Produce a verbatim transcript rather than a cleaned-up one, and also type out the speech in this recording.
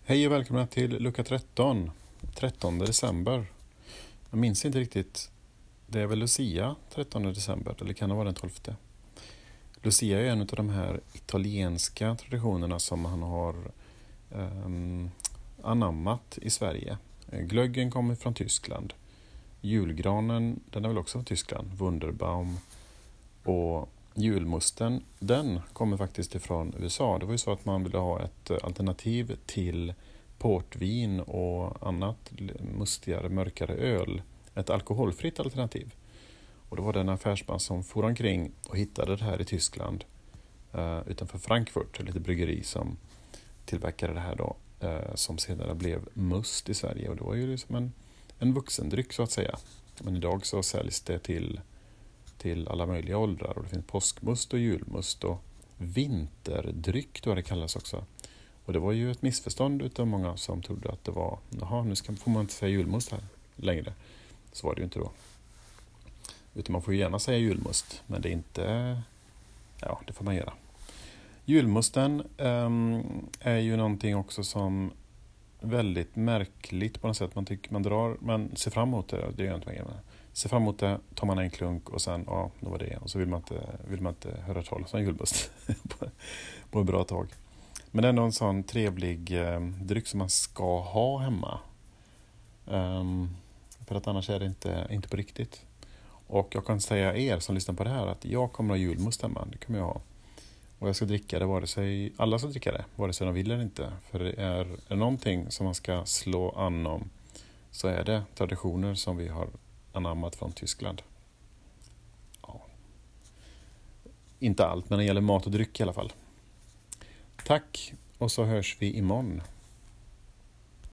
Hej och välkomna till lucka tretton, trettonde december. Jag minns inte riktigt, det är väl Lucia trettonde december, eller kan det vara den tolfte? Lucia är en av de här italienska traditionerna som han har um, anammat i Sverige. Glöggen kommer från Tyskland. Julgranen, den är väl också från Tyskland, Wunderbaum. Och julmusten, den kommer faktiskt ifrån U S A. Det var ju så att man ville ha ett alternativ till portvin och annat mustigare, mörkare öl. Ett alkoholfritt alternativ. Och då var det en affärsman som for omkring och hittade det här i Tyskland. Uh, utanför Frankfurt, ett litet bryggeri som tillverkade det här då. Uh, som senare blev must i Sverige. Och det var ju liksom en, en vuxendryck så att säga. Men idag så säljs det till... till alla möjliga åldrar, och det finns påskmust och julmust och vinterdryck då det kallas också. Och det var ju ett missförstånd utav många som trodde att det var, jaha, nu ska, får man inte säga julmust här längre. Så var det ju inte då. Utan man får ju gärna säga julmust, men det är inte, ja, det får man göra. Julmusten um, är ju någonting också som väldigt märkligt på något sätt. Man tycker man drar, man ser fram emot det, det gör jag inte med. Ser fram emot det, tar man en klunk och sen, ja, det var det. Och så vill man inte, vill man inte höra talas om julmust på, på ett bra tag. Men det är ändå en sån trevlig eh, dryck som man ska ha hemma. Um, för att annars är det inte, inte på riktigt. Och jag kan säga er som lyssnar på det här att jag kommer att ha julmust hemma. Det kommer jag ha. Och jag ska dricka det, vare sig, alla ska dricka det, vare sig de vill eller inte. För det är, är det någonting som man ska slå an om, så är det traditioner som vi har anammat från Tyskland. Ja. Inte allt, men det gäller mat och dryck i alla fall. Tack, och så hörs vi imorgon.